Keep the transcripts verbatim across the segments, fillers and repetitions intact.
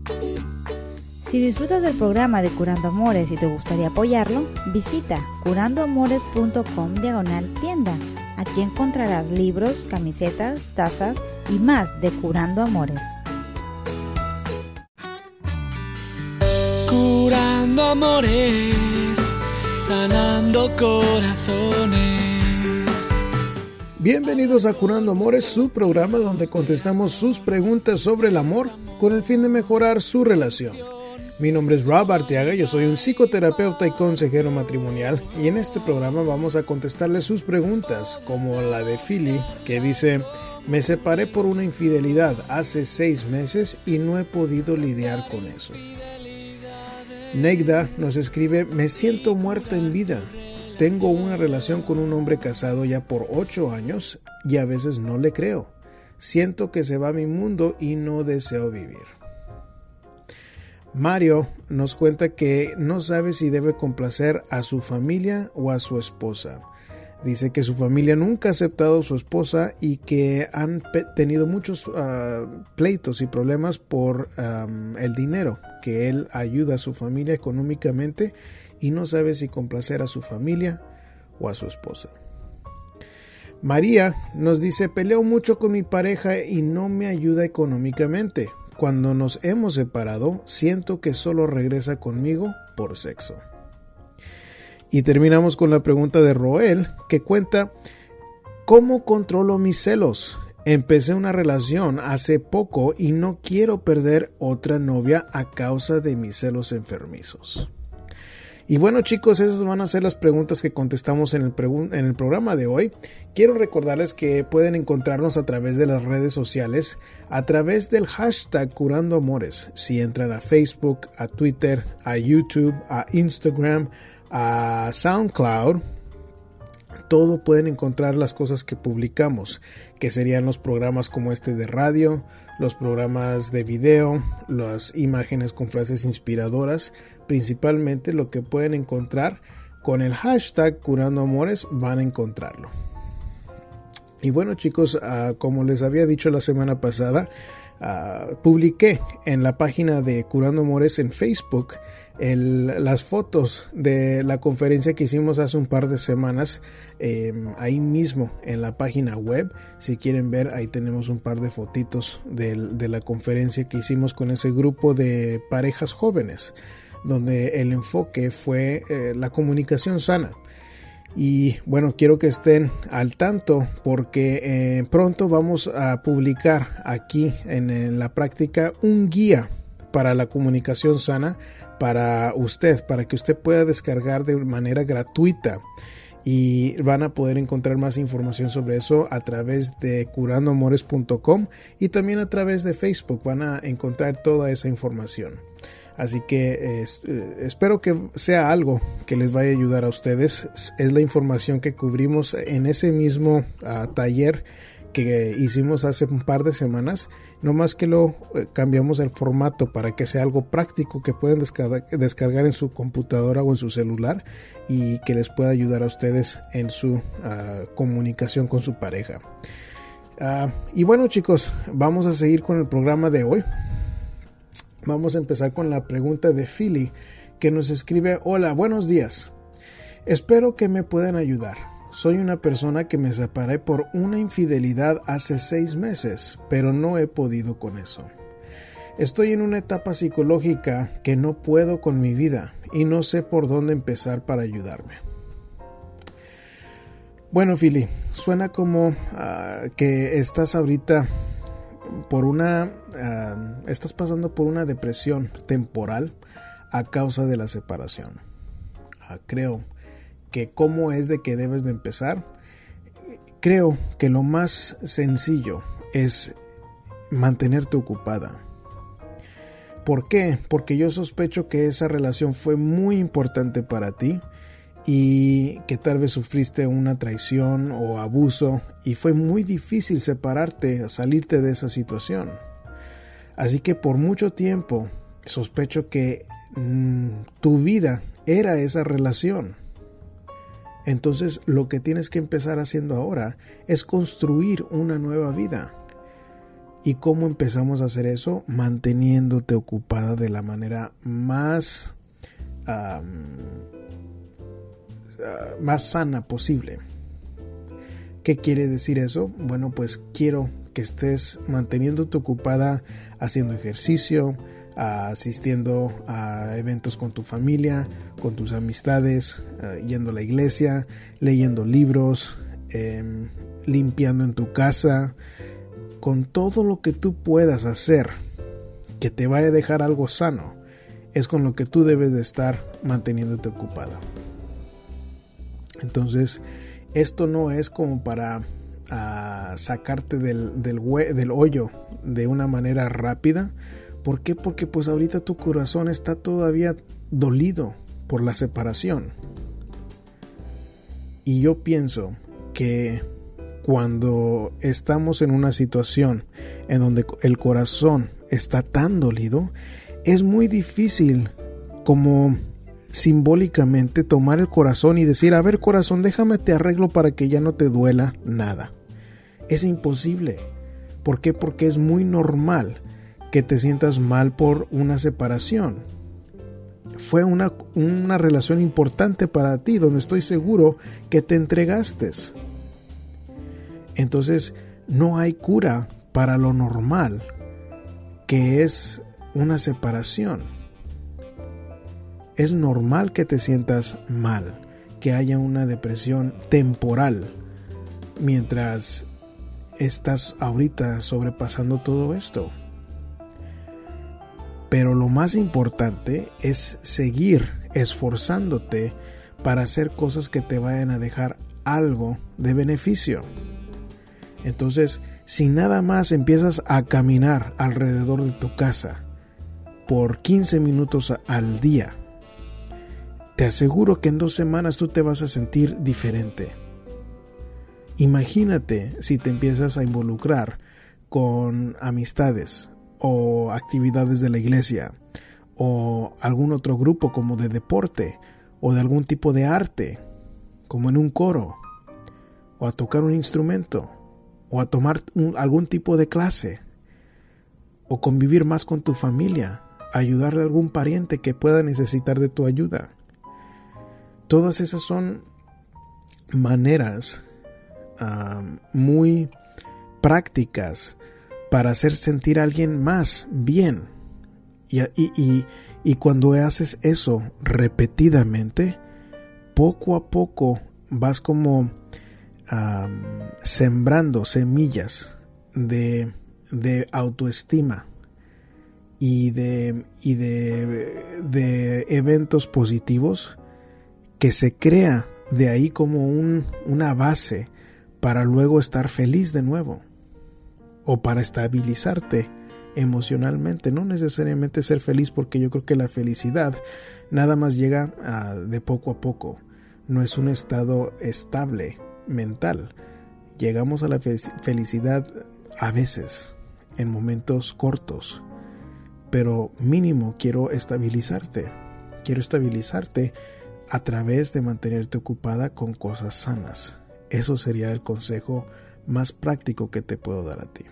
Si disfrutas del programa de Curando Amores y te gustaría apoyarlo, visita curandoamores.com diagonal tienda. Aquí encontrarás libros, camisetas, tazas y más de Curando Amores. Curando amores, sanando corazones. Bienvenidos a Curando Amores, su programa donde contestamos sus preguntas sobre el amor con el fin de mejorar su relación. Mi nombre es Rob Arteaga, yo soy un psicoterapeuta y consejero matrimonial y en este programa vamos a contestarle sus preguntas, como la de Philly, que dice: me separé por una infidelidad hace seis meses y no he podido lidiar con eso. Negda nos escribe: me siento muerta en vida. Tengo una relación con un hombre casado ya por ocho años y a veces no le creo. Siento que se va mi mundo y no deseo vivir. Mario nos cuenta que no sabe si debe complacer a su familia o a su esposa. Dice que su familia nunca ha aceptado a su esposa y que han pe- tenido muchos uh, pleitos y problemas por um, el dinero, que él ayuda a su familia económicamente y no sabe si complacer a su familia o a su esposa. María nos dice: peleo mucho con mi pareja y no me ayuda económicamente. Cuando nos hemos separado, siento que solo regresa conmigo por sexo. Y terminamos con la pregunta de Roel, que cuenta: ¿cómo controlo mis celos? Empecé una relación hace poco y no quiero perder otra novia a causa de mis celos enfermizos. Y bueno, chicos, esas van a ser las preguntas que contestamos en el, pregun- en el programa de hoy. Quiero recordarles que pueden encontrarnos a través de las redes sociales, a través del hashtag Curando Amores. Si entran a Facebook, a Twitter, a YouTube, a Instagram, a SoundCloud, todo pueden encontrar las cosas que publicamos, que serían los programas como este de radio, los programas de video, las imágenes con frases inspiradoras. Principalmente lo que pueden encontrar con el hashtag Curando Amores, van a encontrarlo. Y bueno, chicos, uh, como les había dicho la semana pasada, uh, publiqué en la página de Curando Amores en Facebook el, las fotos de la conferencia que hicimos hace un par de semanas, eh, ahí mismo en la página web. Si quieren ver, ahí tenemos un par de fotitos de, de la conferencia que hicimos con ese grupo de parejas jóvenes, donde el enfoque fue eh, la comunicación sana. Y bueno, quiero que estén al tanto porque eh, pronto vamos a publicar aquí en, en la práctica un guía para la comunicación sana para usted, para que usted pueda descargar de manera gratuita. Y van a poder encontrar más información sobre eso a través de curando amores punto com y también a través de Facebook van a encontrar toda esa información. Así que es, eh, espero que sea algo que les vaya a ayudar a ustedes. Es la información que cubrimos en ese mismo uh, taller que hicimos hace un par de semanas. No más que lo eh, cambiamos el formato para que sea algo práctico que pueden descargar, descargar en su computadora o en su celular y que les pueda ayudar a ustedes en su uh, comunicación con su pareja. Uh, y bueno, chicos, vamos a seguir con el programa de hoy. Vamos a empezar con la pregunta de Philly, que nos escribe: hola, buenos días. Espero que me puedan ayudar. Soy una persona que me separé por una infidelidad hace seis meses, pero no he podido con eso. Estoy en una etapa psicológica que no puedo con mi vida y no sé por dónde empezar para ayudarme. Bueno, Philly, suena como uh, que estás ahorita por una uh, estás pasando por una depresión temporal a causa de la separación. Uh, creo que cómo es de que debes de empezar. Creo que lo más sencillo es mantenerte ocupada. ¿Por qué? Porque yo sospecho que esa relación fue muy importante para ti y que tal vez sufriste una traición o abuso y fue muy difícil separarte, salirte de esa situación. Así que por mucho tiempo sospecho que mmm, tu vida era esa relación. Entonces lo que tienes que empezar haciendo ahora es construir una nueva vida. ¿Y cómo empezamos a hacer eso? Manteniéndote ocupada de la manera más, um, uh, más sana posible. ¿Qué quiere decir eso? Bueno, pues quiero que estés manteniéndote ocupada haciendo ejercicio, asistiendo a eventos con tu familia, con tus amistades, uh, yendo a la iglesia, leyendo libros, eh, limpiando en tu casa, con todo lo que tú puedas hacer que te vaya a dejar algo sano, es con lo que tú debes de estar manteniéndote ocupada. Entonces, esto no es como para uh, sacarte del, del, hue- del hoyo de una manera rápida. ¿Por qué? Porque pues ahorita tu corazón está todavía dolido por la separación. Y yo pienso que cuando estamos en una situación en donde el corazón está tan dolido, es muy difícil como simbólicamente tomar el corazón y decir, a ver corazón, déjame te arreglo para que ya no te duela nada. Es imposible. ¿Por qué? Porque es muy normal que te sientas mal por una separación. Fue una, una relación importante para ti, donde estoy seguro que te entregaste. Entonces, no hay cura para lo normal, que es una separación. Es normal que te sientas mal, que haya una depresión temporal, mientras estás ahorita sobrepasando todo esto. Pero lo más importante es seguir esforzándote para hacer cosas que te vayan a dejar algo de beneficio. Entonces, si nada más empiezas a caminar alrededor de tu casa por quince minutos al día, te aseguro que en dos semanas tú te vas a sentir diferente. Imagínate si te empiezas a involucrar con amistades o actividades de la iglesia o algún otro grupo como de deporte o de algún tipo de arte, como en un coro, o a tocar un instrumento, o a tomar un, algún tipo de clase, o convivir más con tu familia, ayudarle a algún pariente que pueda necesitar de tu ayuda. Todas esas son maneras uh, muy prácticas para hacer sentir a alguien más bien. Y, y, y, y cuando haces eso repetidamente, poco a poco vas como Um, sembrando semillas de, de autoestima y de, y de, de eventos positivos que se crea de ahí como un, una base para luego estar feliz de nuevo o para estabilizarte emocionalmente. No necesariamente ser feliz, porque yo creo que la felicidad nada más llega uh, de poco a poco, no es un estado estable mental. Llegamos a la felicidad a veces en momentos cortos, pero mínimo quiero estabilizarte quiero estabilizarte a través de mantenerte ocupada con cosas sanas. Eso sería el consejo más práctico que te puedo dar a ti.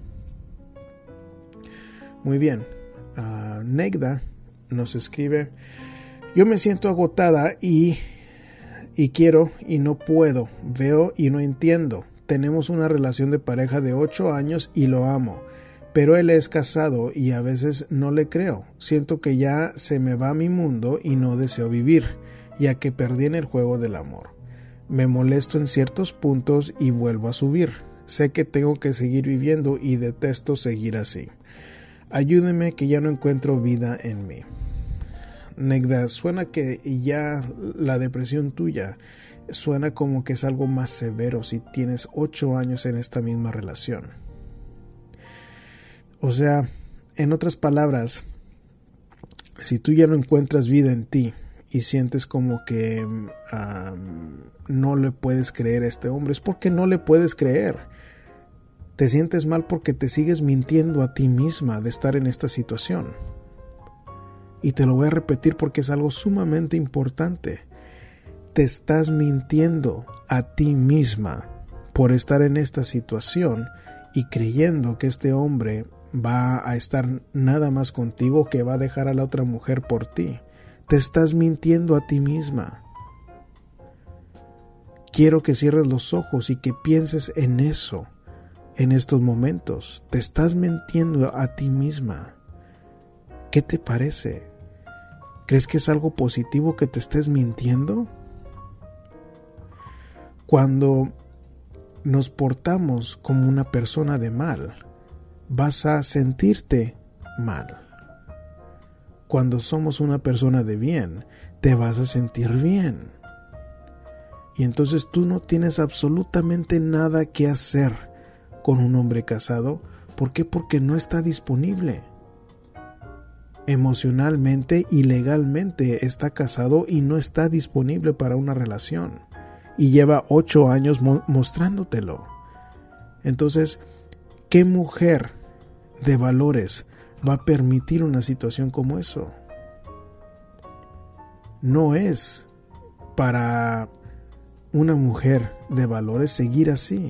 Muy bien, uh, Negda nos escribe: yo me siento agotada y Y quiero y no puedo, veo y no entiendo. Tenemos una relación de pareja de ocho años y lo amo, pero él es casado y a veces no le creo. Siento que ya se me va mi mundo y no deseo vivir, ya que perdí en el juego del amor. Me molesto en ciertos puntos y vuelvo a subir. Sé que tengo que seguir viviendo y detesto seguir así. Ayúdeme, que ya no encuentro vida en mí. Negda, suena que ya la depresión tuya suena como que es algo más severo si tienes ocho años en esta misma relación. O sea, en otras palabras, si tú ya no encuentras vida en ti y sientes como que um, no le puedes creer a este hombre, es porque no le puedes creer. Te sientes mal porque te sigues mintiendo a ti misma de estar en esta situación. Y te lo voy a repetir porque es algo sumamente importante. Te estás mintiendo a ti misma por estar en esta situación y creyendo que este hombre va a estar nada más contigo, que va a dejar a la otra mujer por ti. Te estás mintiendo a ti misma. Quiero que cierres los ojos y que pienses en eso en estos momentos. Te estás mintiendo a ti misma. ¿Qué te parece? ¿Crees que es algo positivo que te estés mintiendo? Cuando nos portamos como una persona de mal, vas a sentirte mal. Cuando somos una persona de bien, te vas a sentir bien. Y entonces tú no tienes absolutamente nada que hacer con un hombre casado. ¿Por qué? Porque no está disponible. Emocionalmente y legalmente está casado y no está disponible para una relación. Y lleva ocho años mo- mostrándotelo. Entonces, ¿qué mujer de valores va a permitir una situación como eso? No es para una mujer de valores seguir así.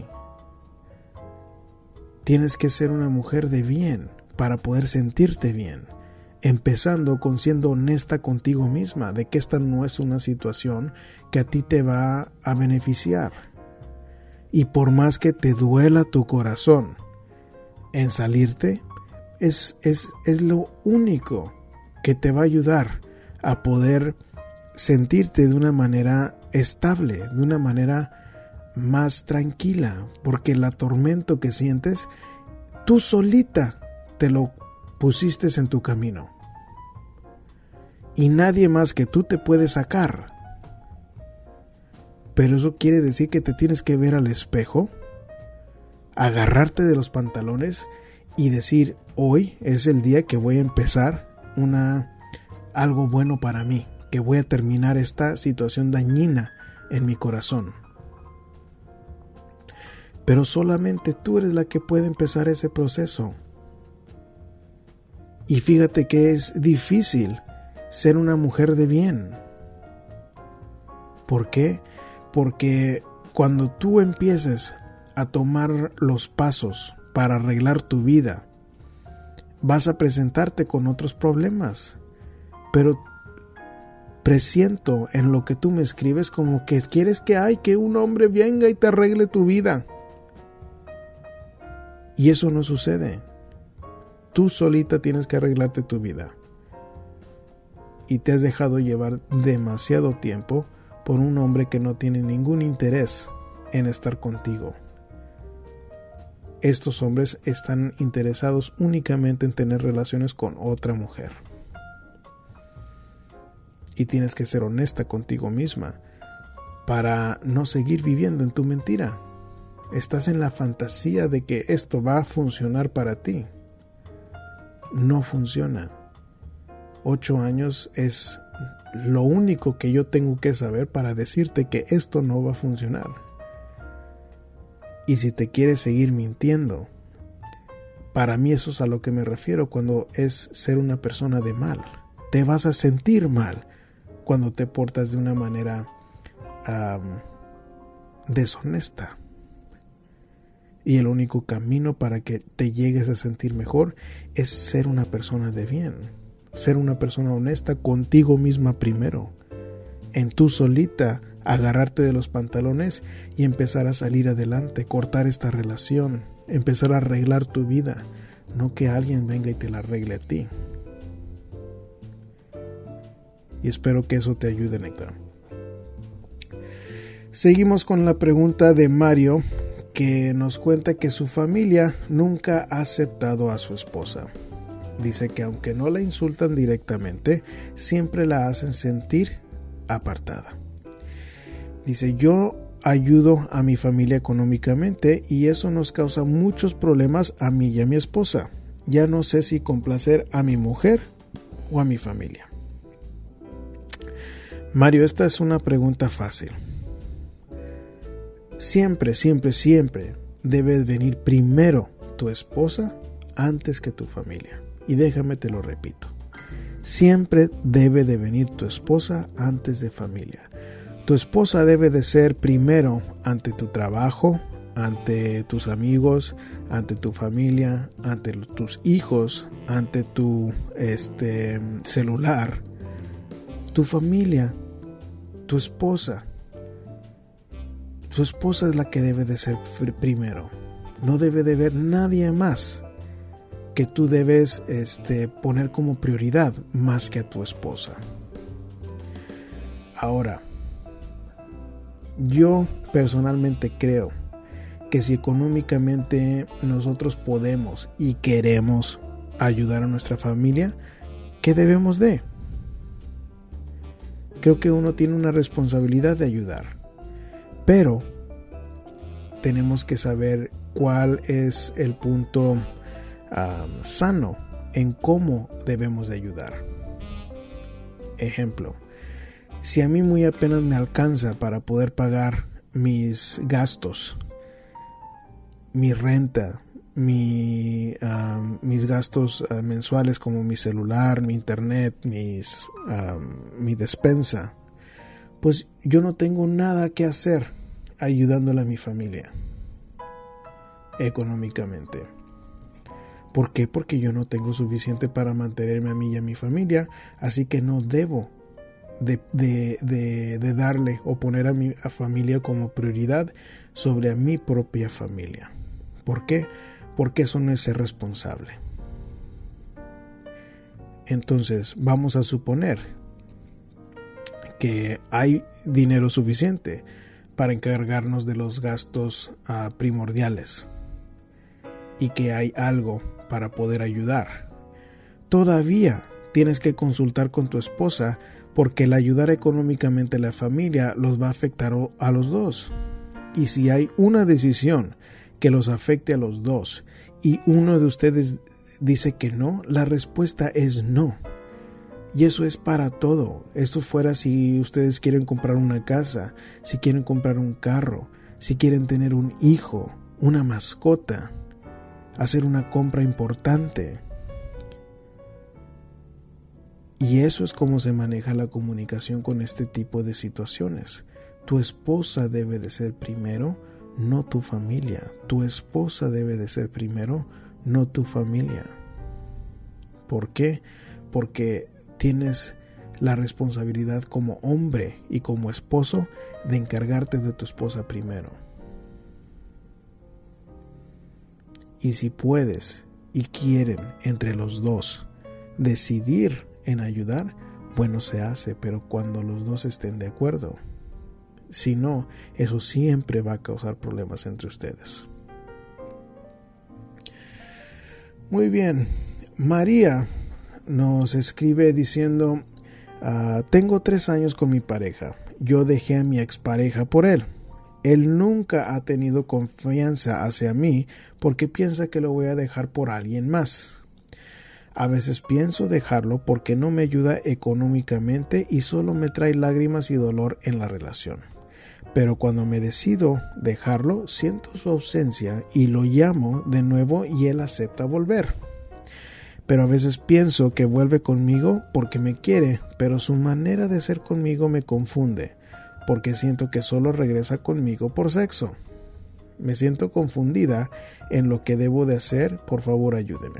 Tienes que ser una mujer de bien para poder sentirte bien. Empezando con siendo honesta contigo misma de que esta no es una situación que a ti te va a beneficiar. Y por más que te duela tu corazón en salirte, es, es, es lo único que te va a ayudar a poder sentirte de una manera estable, de una manera más tranquila, porque el atormento que sientes, tú solita te lo pusiste en tu camino. Y nadie más que tú te puede sacar. Pero eso quiere decir que te tienes que ver al espejo, agarrarte de los pantalones y decir, hoy es el día que voy a empezar una, algo bueno para mí, que voy a terminar esta situación dañina en mi corazón. Pero solamente tú eres la que puede empezar ese proceso. Y fíjate que es difícil ser una mujer de bien. ¿Por qué? Porque cuando tú empieces a tomar los pasos para arreglar tu vida, vas a presentarte con otros problemas. Pero presiento en lo que tú me escribes como que quieres que hay que un hombre venga y te arregle tu vida. Y eso no sucede. Tú solita tienes que arreglarte tu vida. Y te has dejado llevar demasiado tiempo por un hombre que no tiene ningún interés en estar contigo. Estos hombres están interesados únicamente en tener relaciones con otra mujer. Y tienes que ser honesta contigo misma para no seguir viviendo en tu mentira. Estás en la fantasía de que esto va a funcionar para ti. No funciona. Ocho años es lo único que yo tengo que saber para decirte que esto no va a funcionar. Y si te quieres seguir mintiendo, para mí eso es a lo que me refiero cuando es ser una persona de mal. Te vas a sentir mal cuando te portas de una manera um, deshonesta. Y el único camino para que te llegues a sentir mejor es ser una persona de bien. Ser una persona honesta contigo misma primero. En tú solita agarrarte de los pantalones y empezar a salir adelante, cortar esta relación, empezar a arreglar tu vida. No que alguien venga y te la arregle a ti. Y espero que eso te ayude, Néctar. Seguimos con la pregunta de Mario, que nos cuenta que su familia nunca ha aceptado a su esposa. Dice que aunque no la insultan directamente, siempre la hacen sentir apartada. Dice, yo ayudo a mi familia económicamente y eso nos causa muchos problemas a mí y a mi esposa. Ya no sé si complacer a mi mujer o a mi familia. Mario, esta es una pregunta fácil. Siempre, siempre, siempre debe venir primero tu esposa antes que tu familia. Y déjame te lo repito. Siempre debe de venir tu esposa antes de familia. Tu esposa debe de ser primero ante tu trabajo, ante tus amigos, ante tu familia, ante tus hijos, ante tu este, celular, tu familia, tu esposa. Su esposa es la que debe de ser primero. No debe de haber nadie más que tú debes este, poner como prioridad más que a tu esposa. Ahora, yo personalmente creo que si económicamente nosotros podemos y queremos ayudar a nuestra familia, ¿qué debemos de? Creo que uno tiene una responsabilidad de ayudar, pero tenemos que saber cuál es el punto um, sano en cómo debemos de ayudar. Ejemplo, si a mí muy apenas me alcanza para poder pagar mis gastos, mi renta, mi, um, mis gastos uh, mensuales como mi celular, mi internet, mis, um, mi despensa, pues yo no tengo nada que hacer ayudándole a mi familia económicamente. ¿Por qué? Porque yo no tengo suficiente para mantenerme a mí y a mi familia, así que no debo de, de, de, de darle o poner a mi a familia como prioridad sobre a mi propia familia. ¿Por qué? Porque eso no es ser responsable. Entonces, vamos a suponer que hay dinero suficiente para encargarnos de los gastos uh, primordiales y que hay algo para poder ayudar. Todavía tienes que consultar con tu esposa porque el ayudar económicamente a la familia los va a afectar a los dos. Y si hay una decisión que los afecte a los dos y uno de ustedes dice que no, la respuesta es no. Y eso es para todo. Esto fuera si ustedes quieren comprar una casa, si quieren comprar un carro, si quieren tener un hijo, una mascota, hacer una compra importante. Y eso es como se maneja la comunicación con este tipo de situaciones. Tu esposa debe de ser primero, no tu familia. Tu esposa debe de ser primero, no tu familia. ¿Por qué? Porque tienes la responsabilidad como hombre y como esposo de encargarte de tu esposa primero. Y si puedes y quieren entre los dos decidir en ayudar, bueno, se hace, pero cuando los dos estén de acuerdo. Si no, eso siempre va a causar problemas entre ustedes. Muy bien, María nos escribe diciendo, uh, tengo tres años con mi pareja. Yo dejé a mi expareja por él. Él nunca ha tenido confianza hacia mí porque piensa que lo voy a dejar por alguien más. A veces pienso dejarlo porque no me ayuda económicamente y solo me trae lágrimas y dolor en la relación. Pero cuando me decido dejarlo, siento su ausencia y lo llamo de nuevo y él acepta volver. Pero a veces pienso que vuelve conmigo porque me quiere, pero su manera de ser conmigo me confunde, porque siento que solo regresa conmigo por sexo. Me siento confundida en lo que debo de hacer, por favor ayúdeme.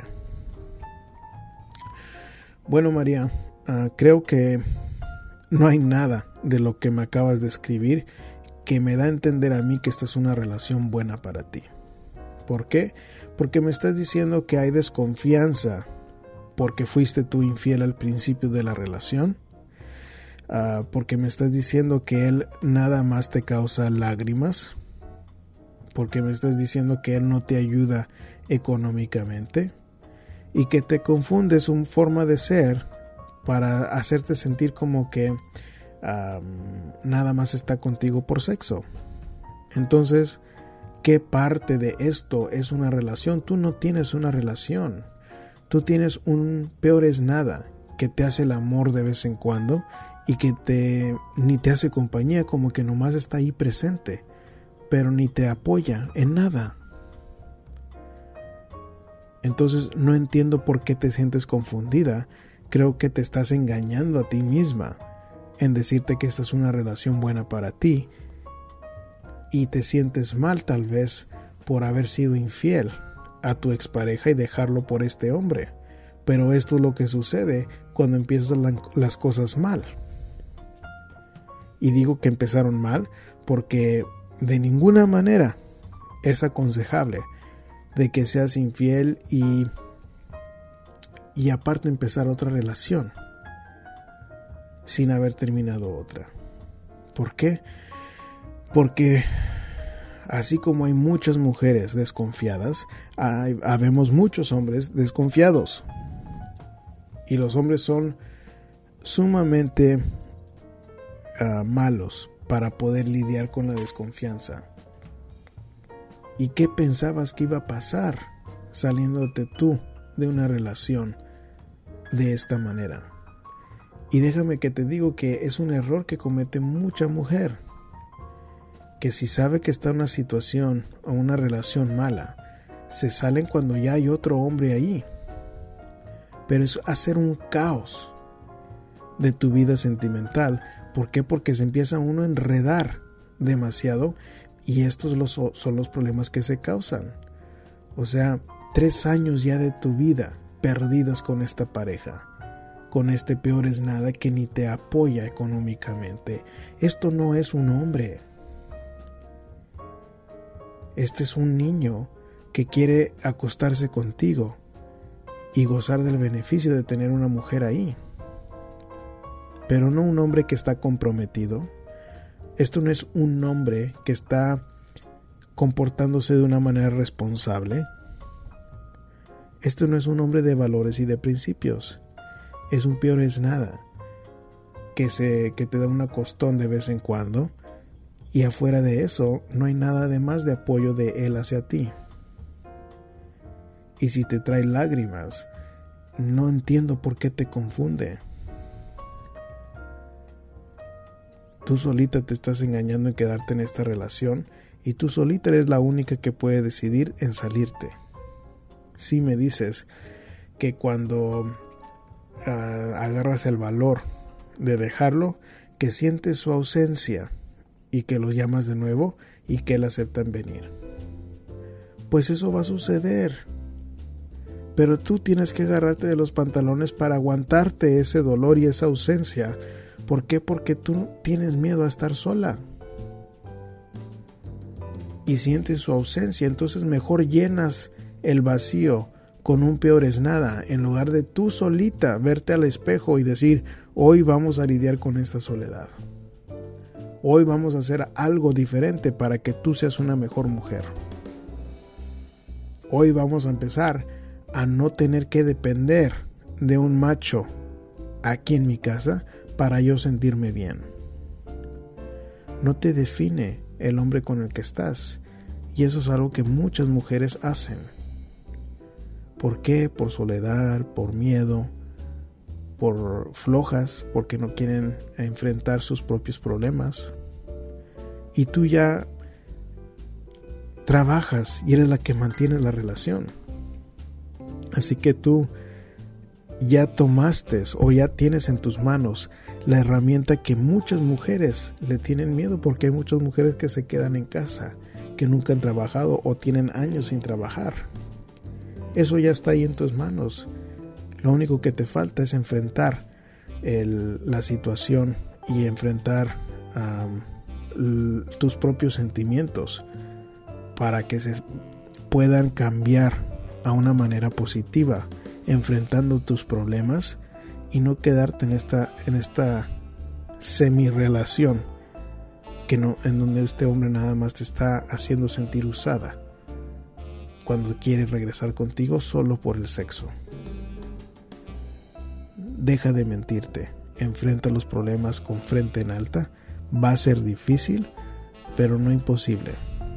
Bueno, María, uh, creo que no hay nada de lo que me acabas de escribir que me da a entender a mí que esta es una relación buena para ti. ¿Por qué? Porque me estás diciendo que hay desconfianza porque fuiste tú infiel al principio de la relación, uh, porque me estás diciendo que él nada más te causa lágrimas, porque me estás diciendo que él no te ayuda económicamente y que te confunde su forma de ser para hacerte sentir como que um, nada más está contigo por sexo. Entonces, ¿qué parte de esto es una relación? Tú no tienes una relación. Tú tienes un peor es nada que te hace el amor de vez en cuando y que te ni te hace compañía, como que nomás está ahí presente, pero ni te apoya en nada. Entonces no entiendo por qué te sientes confundida. Creo que te estás engañando a ti misma en decirte que esta es una relación buena para ti y te sientes mal tal vez por haber sido infiel a tu expareja y dejarlo por este hombre. Pero esto es lo que sucede cuando empiezan la, las cosas mal. Y digo que empezaron mal porque de ninguna manera es aconsejable de que seas infiel y, y aparte empezar otra relación sin haber terminado otra. ¿Por qué? Porque así como hay muchas mujeres desconfiadas, hay, habemos muchos hombres desconfiados. Y los hombres son sumamente uh, malos para poder lidiar con la desconfianza. ¿Y qué pensabas que iba a pasar saliéndote tú de una relación de esta manera? Y déjame que te digo que es un error que comete mucha mujer, que si sabe que está en una situación o una relación mala, se salen cuando ya hay otro hombre ahí. Pero es hacer un caos de tu vida sentimental. ¿Por qué? Porque se empieza uno a enredar demasiado y estos los, son los problemas que se causan. O sea, tres años ya de tu vida perdidas con esta pareja, con este peor es nada que ni te apoya económicamente. Esto no es un hombre. Este es un niño que quiere acostarse contigo y gozar del beneficio de tener una mujer ahí. Pero no un hombre que está comprometido. Esto no es un hombre que está comportándose de una manera responsable. Esto no es un hombre de valores y de principios. Es un peor es nada que, se, que te da una costón de vez en cuando. Y afuera de eso no hay nada de más de apoyo de él hacia ti. Y si te trae lágrimas, no entiendo por qué te confunde. Tú solita te estás engañando en quedarte en esta relación y tú solita eres la única que puede decidir en salirte. Si me dices que cuando uh, agarras el valor de dejarlo, que sientes su ausencia y que lo llamas de nuevo y que él acepta en venir. Pues eso va a suceder. Pero tú tienes que agarrarte de los pantalones para aguantarte ese dolor y esa ausencia. ¿Por qué? Porque tú tienes miedo a estar sola. Y sientes su ausencia, entonces mejor llenas el vacío con un peor es nada, en lugar de tú solita verte al espejo y decir, hoy vamos a lidiar con esta soledad. Hoy vamos a hacer algo diferente para que tú seas una mejor mujer. Hoy vamos a empezar a no tener que depender de un macho aquí en mi casa para yo sentirme bien. No te define el hombre con el que estás, y eso es algo que muchas mujeres hacen. ¿Por qué? Por soledad, por miedo, por flojas, porque no quieren enfrentar sus propios problemas. Y tú ya trabajas y eres la que mantiene la relación. Así que tú ya tomaste o ya tienes en tus manos la herramienta que muchas mujeres le tienen miedo, porque hay muchas mujeres que se quedan en casa, que nunca han trabajado o tienen años sin trabajar. Eso ya está ahí en tus manos. Lo único que te falta es enfrentar el, la situación y enfrentar um, l, tus propios sentimientos para que se puedan cambiar a una manera positiva, enfrentando tus problemas y no quedarte en esta, en esta semi-relación que no, en donde este hombre nada más te está haciendo sentir usada cuando quiere regresar contigo solo por el sexo. Deja de mentirte, enfrenta los problemas con frente en alta. Va a ser difícil, pero no imposible.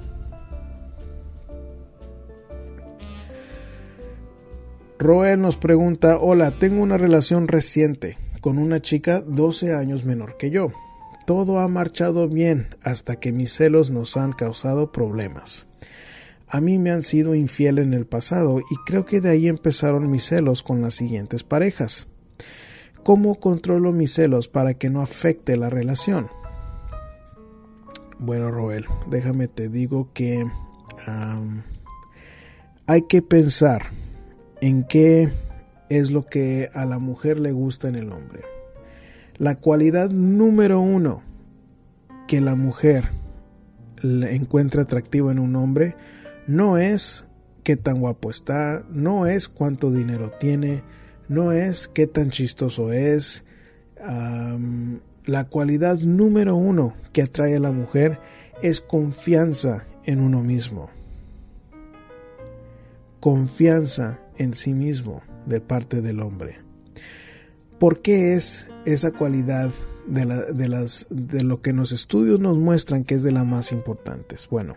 Roel nos pregunta, hola, tengo una relación reciente con una chica doce años menor que yo. Todo ha marchado bien hasta que mis celos nos han causado problemas. A mí me han sido infiel en el pasado y creo que de ahí empezaron mis celos con las siguientes parejas. ¿Cómo controlo mis celos para que no afecte la relación? Bueno, Roel, déjame te digo que um, hay que pensar en qué es lo que a la mujer le gusta en el hombre. La cualidad número uno que la mujer le encuentra atractiva en un hombre no es qué tan guapo está, no es cuánto dinero tiene, no es qué tan chistoso es. Um, la cualidad número uno que atrae a la mujer es confianza en uno mismo. Confianza en sí mismo de parte del hombre. ¿Por qué es esa cualidad de, la, de, las, de lo que los estudios nos muestran que es de las más importantes? Bueno,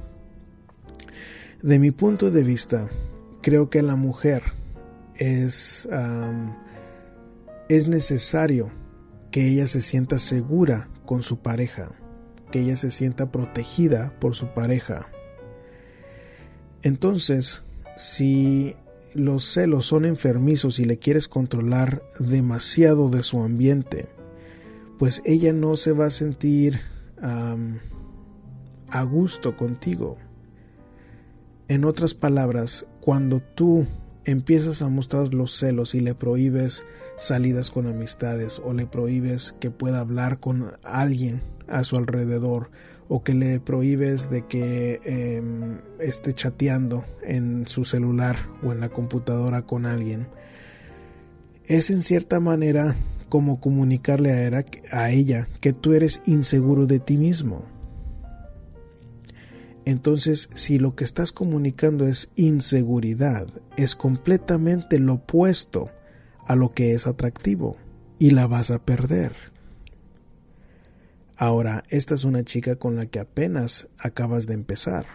de mi punto de vista, creo que la mujer es, um, es necesario que ella se sienta segura con su pareja, que ella se sienta protegida por su pareja. Entonces, si los celos son enfermizos y le quieres controlar demasiado de su ambiente, pues ella no se va a sentir um, a gusto contigo. En otras palabras, cuando tú empiezas a mostrar los celos y le prohíbes salidas con amistades o le prohíbes que pueda hablar con alguien a su alrededor o que le prohíbes de que eh, esté chateando en su celular o en la computadora con alguien, es en cierta manera como comunicarle a ella, a ella que tú eres inseguro de ti mismo. Entonces, si lo que estás comunicando es inseguridad, es completamente lo opuesto a lo que es atractivo y la vas a perder. Ahora, esta es una chica con la que apenas acabas de empezar.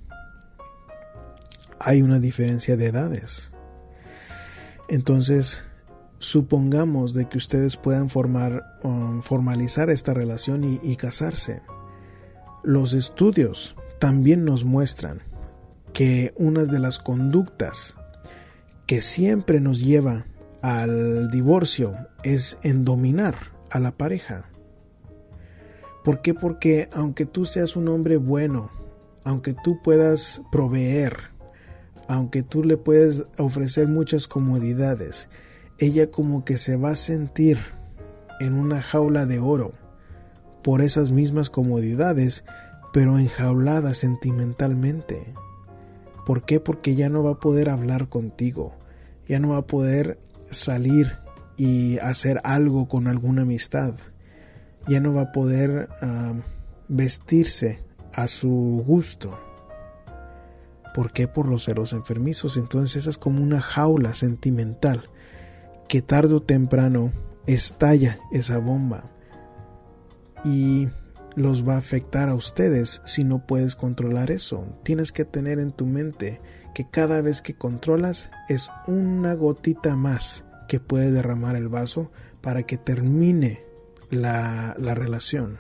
Hay una diferencia de edades. Entonces, supongamos de que ustedes puedan formar, um, formalizar esta relación y, y casarse. Los estudios también nos muestran que una de las conductas que siempre nos lleva al divorcio es en dominar a la pareja. ¿Por qué? Porque aunque tú seas un hombre bueno, aunque tú puedas proveer, aunque tú le puedes ofrecer muchas comodidades, ella como que se va a sentir en una jaula de oro por esas mismas comodidades, pero enjaulada sentimentalmente. ¿Por qué? Porque ya no va a poder hablar contigo, ya no va a poder salir y hacer algo con alguna amistad, ya no va a poder uh, vestirse a su gusto. ¿Por qué? Por los celos enfermizos. Entonces esa es como una jaula sentimental que tarde o temprano estalla esa bomba y los va a afectar a ustedes si no puedes controlar eso. Tienes que tener en tu mente que cada vez que controlas es una gotita más que puede derramar el vaso para que termine la, la relación.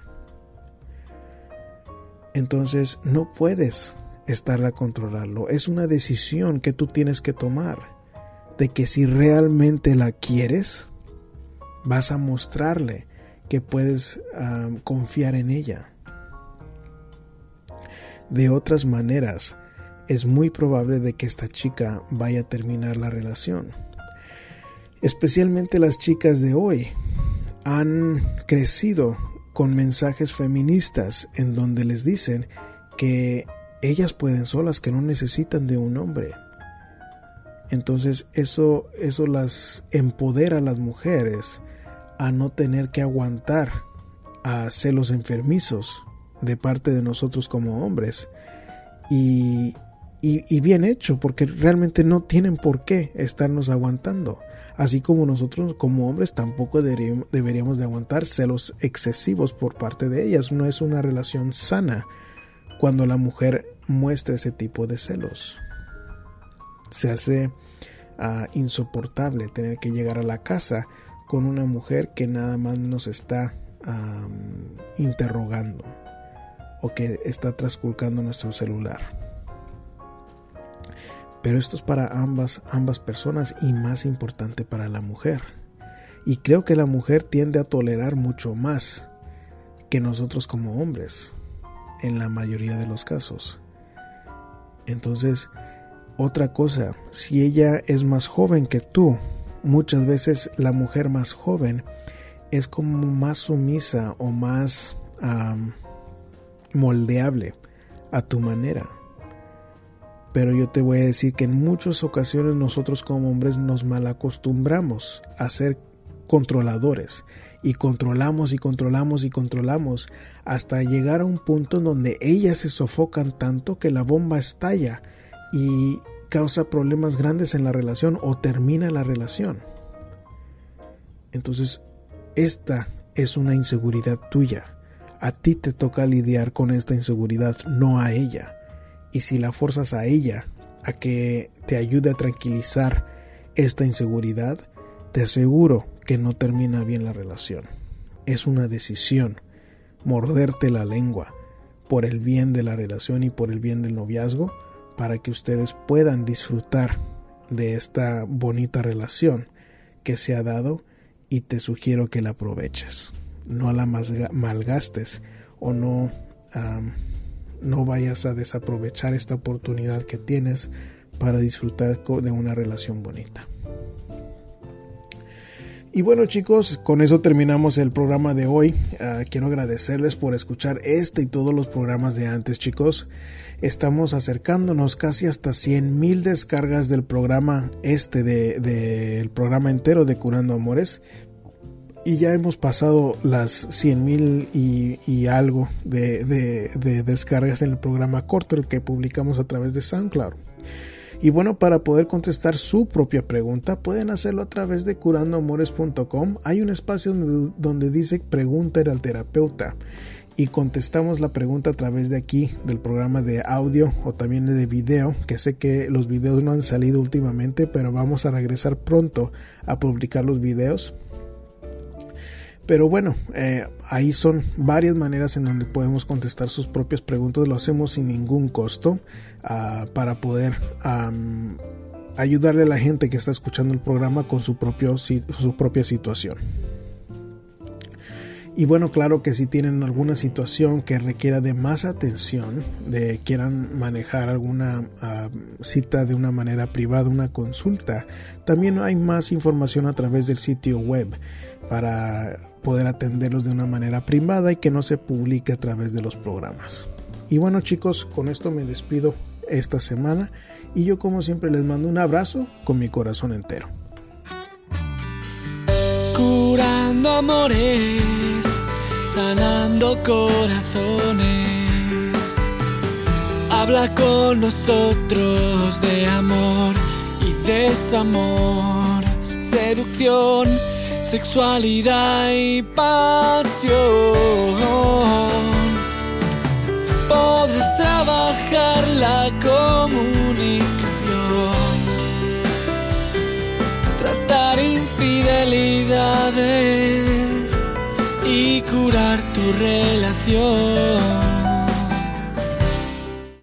Entonces no puedes estarla a controlarlo. Es una decisión que tú tienes que tomar de que si realmente la quieres, vas a mostrarle que puedes um, confiar en ella. De otras maneras, es muy probable de que esta chica vaya a terminar la relación. Especialmente las chicas de hoy han crecido con mensajes feministas en donde les dicen que ellas pueden solas, que no necesitan de un hombre. Entonces eso, eso las empodera a las mujeres a no tener que aguantar a celos enfermizos de parte de nosotros como hombres. Y, y, y bien hecho, porque realmente no tienen por qué estarnos aguantando. Así como nosotros como hombres tampoco deberíamos, deberíamos de aguantar celos excesivos por parte de ellas. No es una relación sana cuando la mujer muestra ese tipo de celos. Se hace uh, insoportable tener que llegar a la casa con una mujer que nada más nos está um, interrogando o que está trasculcando nuestro celular. Pero esto es para ambas, ambas personas y más importante para la mujer. Y creo que la mujer tiende a tolerar mucho más que nosotros como hombres. en la mayoría de los casos. Entonces, otra cosa, si ella es más joven que tú, muchas veces la mujer más joven es como más sumisa o más um, moldeable a tu manera. Pero yo te voy a decir que en muchas ocasiones nosotros como hombres nos malacostumbramos a ser controladores y controlamos y controlamos y controlamos hasta llegar a un punto en donde ellas se sofocan tanto que la bomba estalla y causa problemas grandes en la relación o termina la relación. Entonces, esta es una inseguridad tuya. A ti te toca lidiar con esta inseguridad, no a ella. Y si la forzas a ella a que te ayude a tranquilizar esta inseguridad, te aseguro que no termina bien la relación. Es una decisión, morderte la lengua por el bien de la relación y por el bien del noviazgo, para que ustedes puedan disfrutar de esta bonita relación que se ha dado, y te sugiero que la aproveches. No la malgastes o no, um, no vayas a desaprovechar esta oportunidad que tienes para disfrutar de una relación bonita. Y bueno, chicos, con eso terminamos el programa de hoy. Uh, quiero agradecerles por escuchar este y todos los programas de antes, chicos. Estamos acercándonos casi hasta cien mil descargas del programa este, de, de, el programa entero de Curando Amores. Y ya hemos pasado las cien mil y, y algo de, de, de descargas en el programa corto, el que publicamos a través de SoundCloud. Y bueno, para poder contestar su propia pregunta, pueden hacerlo a través de curando amores punto com. Hay un espacio donde, donde dice Pregúntale al terapeuta, y contestamos la pregunta a través de aquí, del programa de audio o también de video, que sé que los videos no han salido últimamente, pero vamos a regresar pronto a publicar los videos. Pero bueno, eh, ahí son varias maneras en donde podemos contestar sus propias preguntas. Lo hacemos sin ningún costo uh, para poder um, ayudarle a la gente que está escuchando el programa con su, propio, su propia situación. Y bueno, claro que si tienen alguna situación que requiera de más atención, de quieran manejar alguna uh, cita de una manera privada, una consulta, también hay más información a través del sitio web para poder atenderlos de una manera privada y que no se publique a través de los programas. Y bueno, chicos, con esto me despido esta semana, y yo como siempre les mando un abrazo con mi corazón entero. Curando amores, sanando corazones. Habla con nosotros de amor y desamor, seducción, sexualidad y pasión. Podrás trabajar la comunicación, tratar infidelidades y curar tu relación.